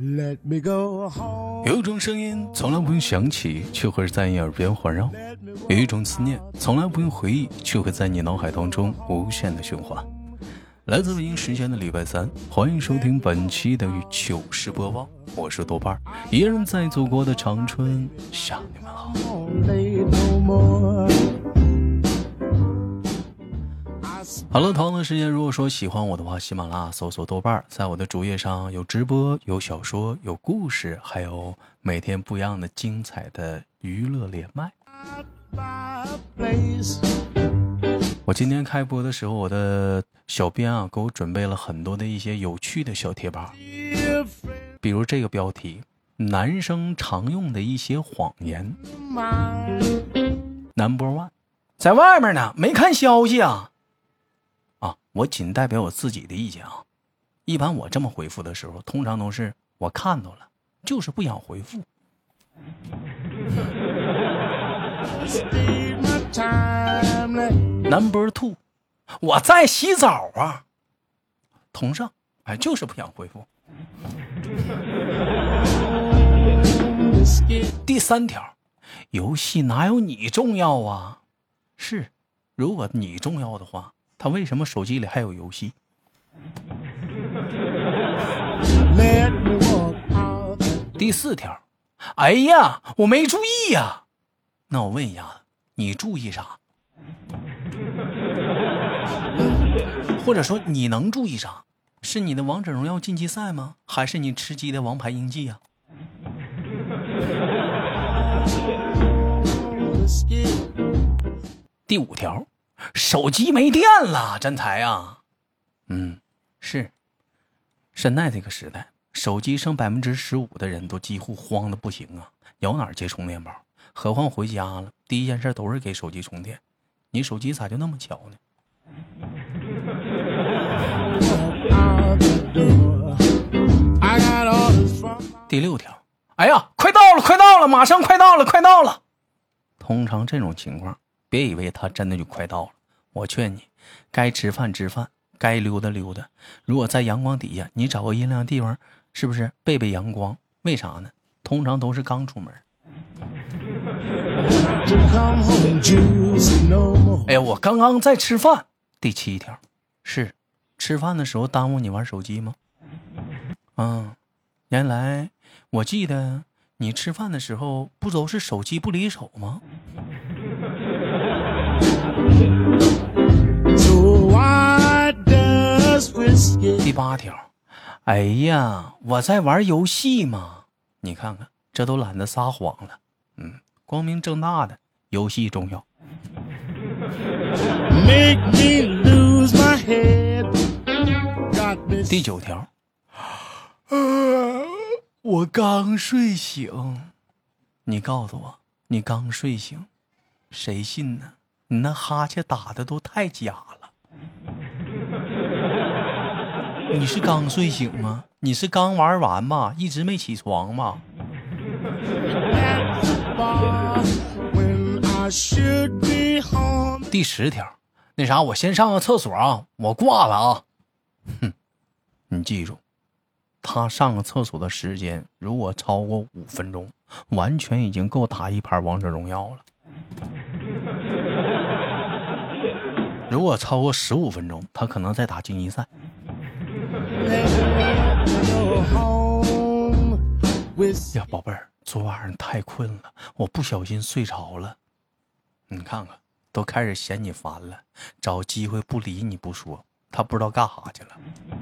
有一种声音从来不用想起，却会在你耳边环绕；有一种思念从来不用回忆，却会在你脑海当中无限的循环。来自北京时间的礼拜三，欢迎收听本期的糗事播报，我是豆瓣，一人在祖国的长春向你们好。好了，同样的时间，如果说喜欢我的话，喜马拉雅搜索豆瓣，在我的主页上有直播，有小说，有故事，还有每天不一样的精彩的娱乐连麦。我今天开播的时候，我的小编啊给我准备了很多的一些有趣的小贴吧，比如这个标题：男生常用的一些谎言。Number one， 在外面呢，没看消息啊。我仅代表我自己的意见啊。一般我这么回复的时候，通常都是我看到了，就是不想回复。Number two， 我在洗澡啊。同上，就是不想回复。第三条，游戏哪有你重要啊？是，如果你重要的话，他为什么手机里还有游戏？第四条，哎呀，我没注意呀。那我问一下，你注意啥？或者说你能注意啥？是你的王者荣耀晋级赛吗？还是你吃鸡的王牌英记呀？第五条，手机没电了，真才啊。是，现在这个时代，手机剩15%的人都几乎慌得不行啊，有哪儿接充电宝？何况回家了，第一件事都是给手机充电。你手机咋就那么巧呢？第六条，哎呀，快到了，马上快到了。通常这种情况，别以为他真的就快到了。我劝你，该吃饭吃饭，该溜达溜达。如果在阳光底下，你找个阴凉地方，是不是背阳光？为啥呢？通常都是刚出门。哎呀，我刚刚在吃饭。第七条，是吃饭的时候耽误你玩手机吗？原来我记得你吃饭的时候不都是手机不离手吗？第八条，哎呀，我在玩游戏嘛。你看看，这都懒得撒谎了。光明正大的，游戏重要。第九条，我刚睡醒。你告诉我，你刚睡醒，谁信呢？你那哈欠打的都太假了。你是刚睡醒吗？你是刚玩完吗？一直没起床吗？第10条，那啥，我先上个厕所啊，我挂了啊。你记住，他上个厕所的时间如果超过5分钟，完全已经够打一盘王者荣耀了。如果超过15分钟，他可能在打竞技赛。呀，宝贝儿，昨晚上太困了，我不小心睡着了。你看看，都开始嫌你烦了，找机会不理你不说，他不知道干啥去了。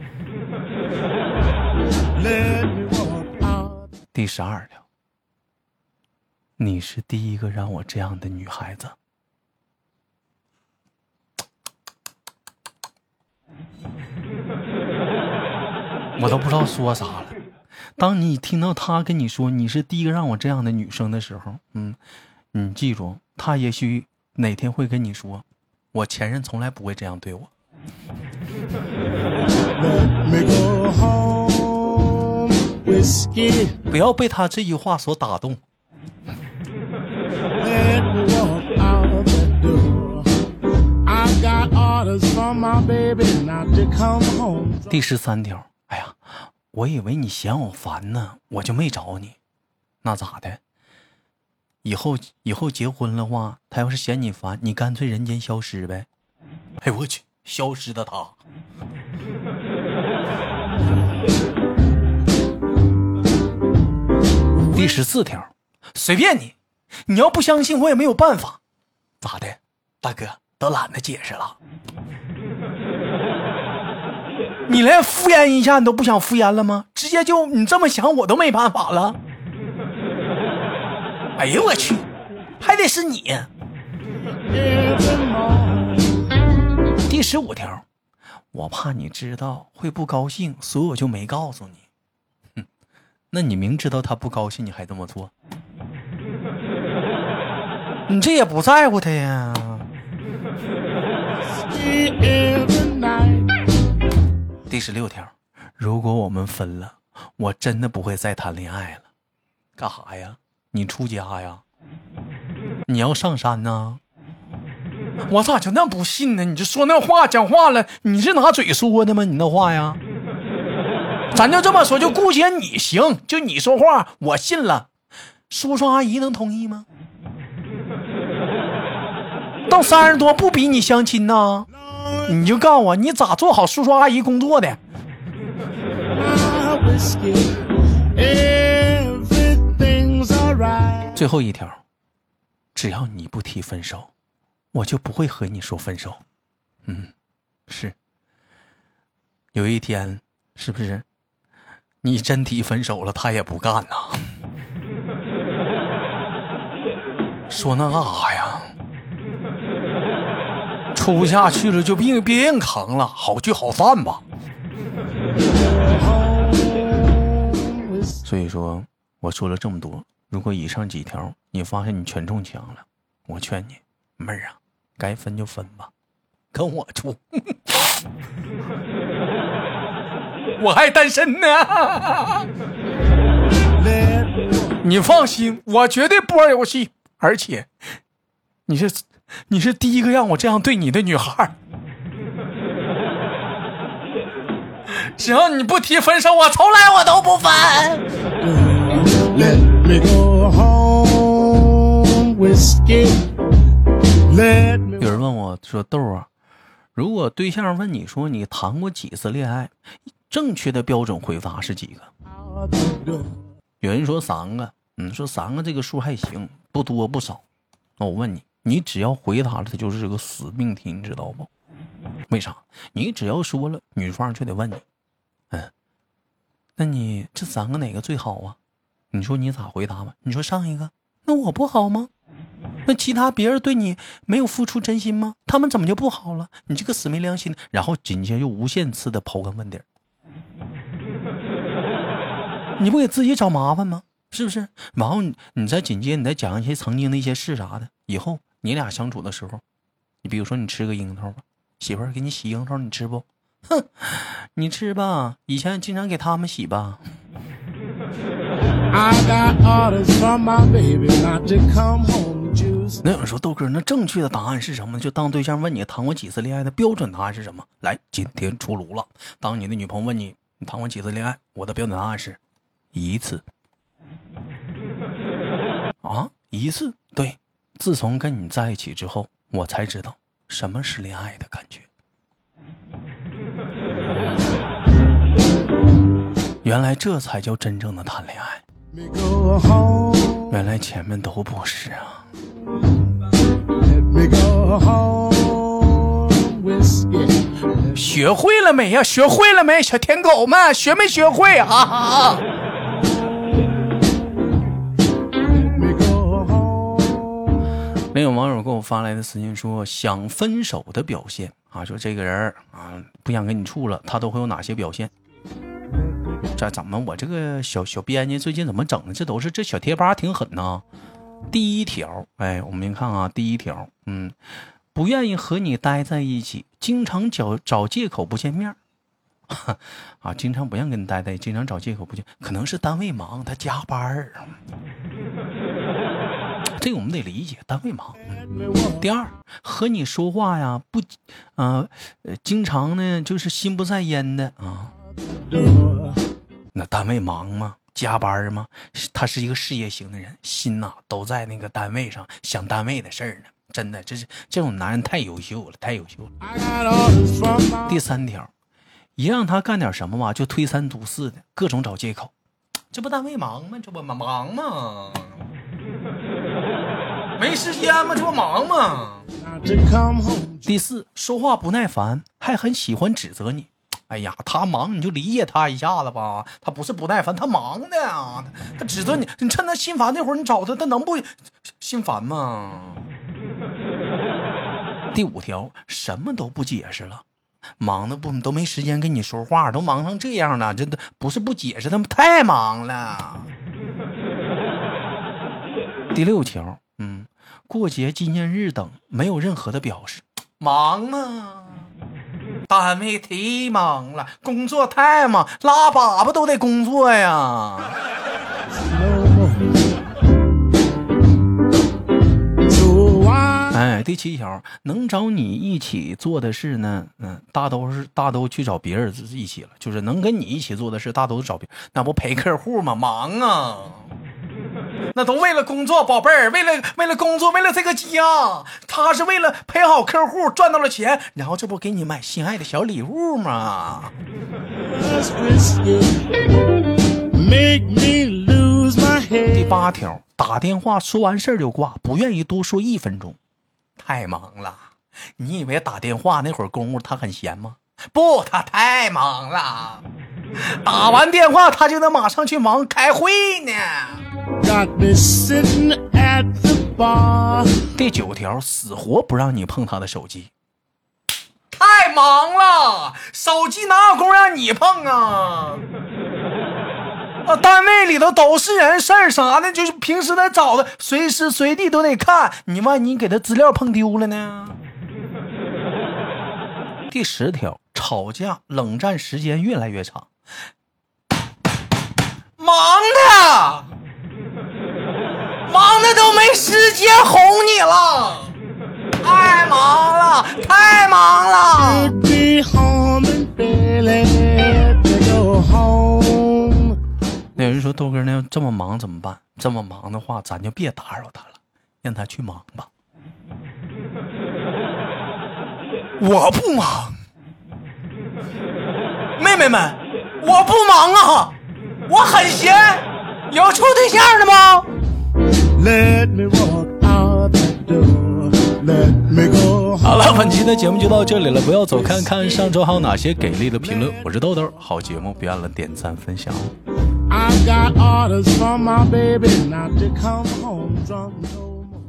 第12条，你是第一个让我这样的女孩子。我都不知道说啥了。当你听到他跟你说你是第一个让我这样的女生的时候，你记住，他也许哪天会跟你说，我前任从来不会这样对我。不要被他这句话所打动。第13条，哎呀， 我以为你嫌我烦呢，我就没找你。那咋的？以后结婚的话，他要是嫌你烦，你干脆人间消失呗。哎我去，消失的他。第14条，随便你，你要不相信我也没有办法。咋的，大哥都懒得解释了。你连敷衍一下你都不想敷衍了吗？直接就你这么想我都没办法了。哎呦我去，还得是你。第15条，我怕你知道会不高兴，所以我就没告诉你。那你明知道他不高兴你还这么做，你这也不在乎他呀。第16条，如果我们分了，我真的不会再谈恋爱了。干哈呀？你出家呀？你要上山呢？我咋就那不信呢？你就说那话讲话了，你是拿嘴说的吗？你那话呀？咱就这么说，就姑且你行，就你说话我信了，叔叔阿姨能同意吗？到30多不逼你相亲呢？你就告诉我你咋做好叔叔阿姨工作的。最后一条，只要你不提分手，我就不会和你说分手。是有一天是不是你真提分手了他也不干呐？说那干啥呀？处不下去了就别硬扛了，好聚好散吧。所以说我说了这么多，如果以上几条你发现你全中枪了，我劝你妹儿啊，该分就分吧，跟我处。我还单身呢。你放心，我绝对不玩游戏，而且你是第一个让我这样对你的女孩。只要你不提分手，我从来我都不分。有人问我说，豆啊，如果对象问你说你谈过几次恋爱，正确的标准回答是几个？有人说3个，说3个这个数还行，不多不少。那我问你，你只要回答了，它就是个死命题，你知道不？为啥？你只要说了，女方就得问你，那你这3个哪个最好啊？你说你咋回答吧？你说上一个，那我不好吗？那其他别人对你没有付出真心吗？他们怎么就不好了？你这个死没良心！然后紧接着又无限次的刨根问底，你不给自己找麻烦吗？是不是？然后你再紧接着你再讲一些曾经的一些事啥的，以后你俩相处的时候，你比如说你吃个樱桃吧，媳妇儿给你洗樱桃，你吃不？哼，你吃吧，以前经常给他们洗吧。那有人说，豆哥，那正确的答案是什么？就当对象问你谈过几次恋爱的标准答案是什么？来，今天出炉了。当你的女朋友问你谈过几次恋爱，我的标准答案是1次。啊，1次？对，自从跟你在一起之后，我才知道什么是恋爱的感觉。原来这才叫真正的谈恋爱，原来前面都不是啊。学会了没呀？学会了没，小舔狗们？学没学会啊？没有网友给我发来的私信说，想分手的表现啊，说这个人啊不想跟你处了，他都会有哪些表现？这怎么我这个小编辑最近怎么整的？这小贴吧挺狠呐。第1条，我们看啊，第1条，不愿意和你待在一起，经常找借口不见面。啊，经常不愿跟你待在一起，经常找借口不见，可能是单位忙，他加班。这个我们得理解，单位忙。第2，和你说话呀，经常呢就是心不在焉的啊。 那单位忙吗？加班吗？他是一个事业型的人，心呐都在那个单位上，想单位的事儿呢。真的，这种男人太优秀了，太优秀了。第3条，一让他干点什么吧，就推三阻四的，各种找借口。这不单位忙吗？这不忙吗？没时间吗？这不忙吗？第4，说话不耐烦，还很喜欢指责你。哎呀，他忙你就理解他一下子吧，他不是不耐烦，他忙的呀，他指责你，你趁他心烦那会儿你找他，他能不心烦吗？第5条，什么都不解释了，忙的都没时间跟你说话，都忙成这样了，真的不是不解释，他们太忙了。第6条，过节纪念日等没有任何的表示，忙啊，单位忒忙了，工作太忙，拉粑粑都得工作呀。第7条，能找你一起做的事呢，大都去找别人一起了，就是能跟你一起做的事，大都找别人，那不陪客户吗？忙啊，那都为了工作，宝贝儿，为了工作，为了这个家，他是为了陪好客户，赚到了钱，然后这不给你买心爱的小礼物吗？第8条，打电话说完事儿就挂，不愿意多说1分钟。太忙了，你以为打电话那会儿功夫他很闲吗？不，他太忙了，打完电话他就得马上去忙开会呢。第9条，死活不让你碰他的手机。太忙了，手机哪有空让你碰啊？单位里头都是人，事儿啥的，就是平时得找的，随时随地都得看，你万一给他资料碰丢了呢？第10条，吵架冷战时间越来越长。忙的都没时间哄你了，太忙了，太忙了。那有人说，豆哥那这么忙怎么办？这么忙的话，咱就别打扰他了，让他去忙吧。我不忙，妹妹们，我不忙啊，我很闲。有处对象的吗？ Let me walk out that door. Let me go. 好了，本期的节目就到这里了，不要走，看看上周还有哪些给力的评论。我是豆豆，好节目别忘了点赞分享。I've got orders from my baby not to come home drunk no more.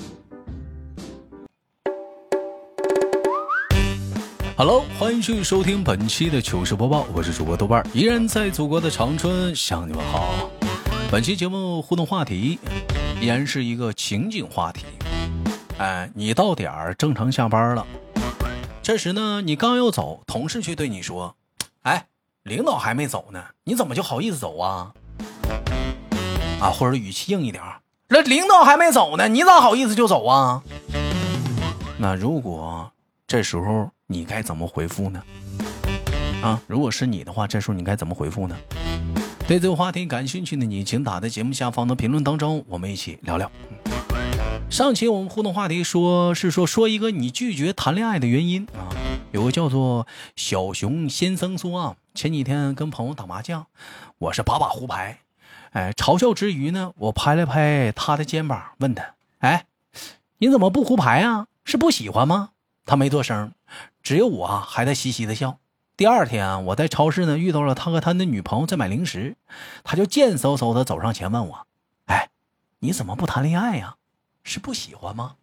Hello， 欢迎继续收听本期的糗事播报，我是主播豆瓣，依然在祖国的长春向你们好。本期节目互动话题依然是一个情景话题。你到点儿正常下班了，这时呢你刚要走，同事却对你说，领导还没走呢，你怎么就好意思走啊？或者语气硬一点，这领导还没走呢，你咋好意思就走啊？那如果这时候你该怎么回复呢？如果是你的话，这时候你该怎么回复呢？对这个话题感兴趣的你，请打在节目下方的评论当中，我们一起聊聊。上期我们互动话题说一个你拒绝谈恋爱的原因啊。有个叫做小熊先生说前几天跟朋友打麻将，我是把胡牌，嘲笑之余呢，我拍了拍他的肩膀，问他，你怎么不胡牌啊？是不喜欢吗？他没做声，只有我还在嘻嘻的笑。第二天我在超市呢遇到了他和他的女朋友在买零食，他就贱嗖嗖的走上前问我，你怎么不谈恋爱呀？是不喜欢吗？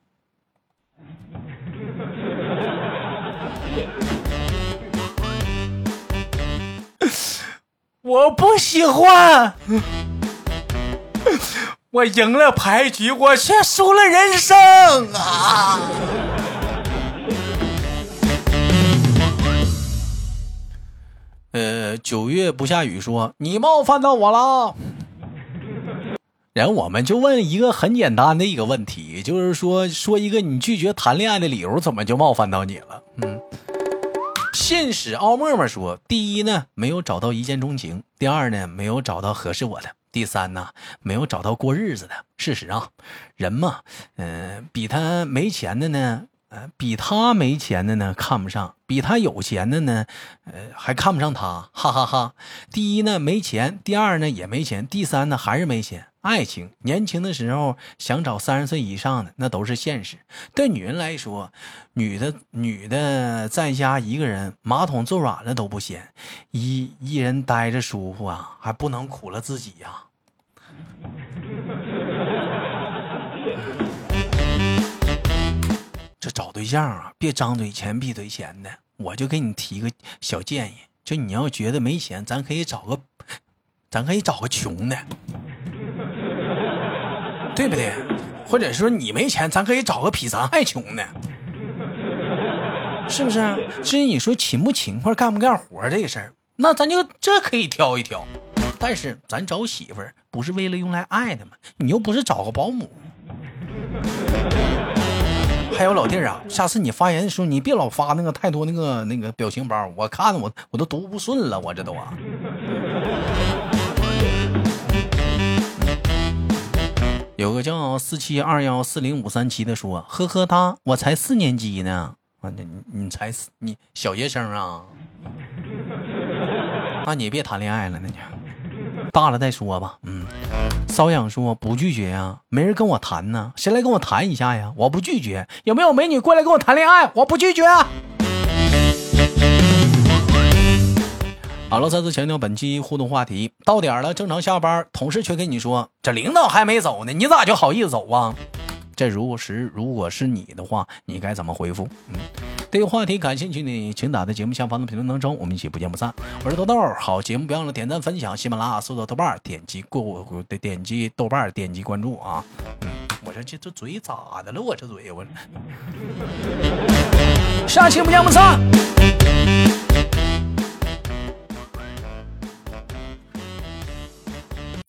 我不喜欢，我赢了牌局，我却输了人生啊！9月不下雨说你冒犯到我了。然后我们就问一个很简单的一个问题，就是说一个你拒绝谈恋爱的理由怎么就冒犯到你了？ 现实奥默默说，第一呢，没有找到一见钟情；第二呢，没有找到合适我的；第三呢，没有找到过日子的。事实啊，人嘛，比他没钱的呢，比他没钱的呢看不上，比他有钱的呢，还看不上他，哈哈哈。第一呢没钱，第二呢也没钱，第三呢还是没钱。爱情，年轻的时候想找30岁以上的，那都是现实。对女人来说，女的在家一个人，马桶坐软了都不嫌，一人待着舒服啊，还不能苦了自己呀。这找对象啊，别张嘴钱闭嘴钱的。我就给你提个小建议，就你要觉得没钱，咱可以找个穷的。对不对？或者说你没钱，咱可以找个比咱还穷的，是不是？至于你说勤不勤快、干不干活这个事儿，那咱就这可以挑一挑。但是咱找媳妇儿不是为了用来爱的吗？你又不是找个保姆。还有老弟啊，下次你发言的时候，你别老发那个太多那个表情包，我看我都读不顺了，我这都啊。有个叫47214053的说，呵呵哒，我才4年级呢。你小学生啊？那你别谈恋爱了，那你大了再说吧。瘙痒说不拒绝呀，没人跟我谈呢，谁来跟我谈一下呀？我不拒绝，有没有美女过来跟我谈恋爱？我不拒绝。好了，再次强调本期互动话题，到点了正常下班，同事却跟你说这领导还没走呢，你咋就好意思走啊？这如果是你的话，你该怎么回复？对于话题感兴趣的，请打在节目下方的评论当中，我们一起不见不散。我是豆豆，好节目别忘了点赞分享，喜马拉雅搜索豆瓣，点击豆瓣，点击关注啊！我说这嘴咋的了？我这嘴下期不见不散。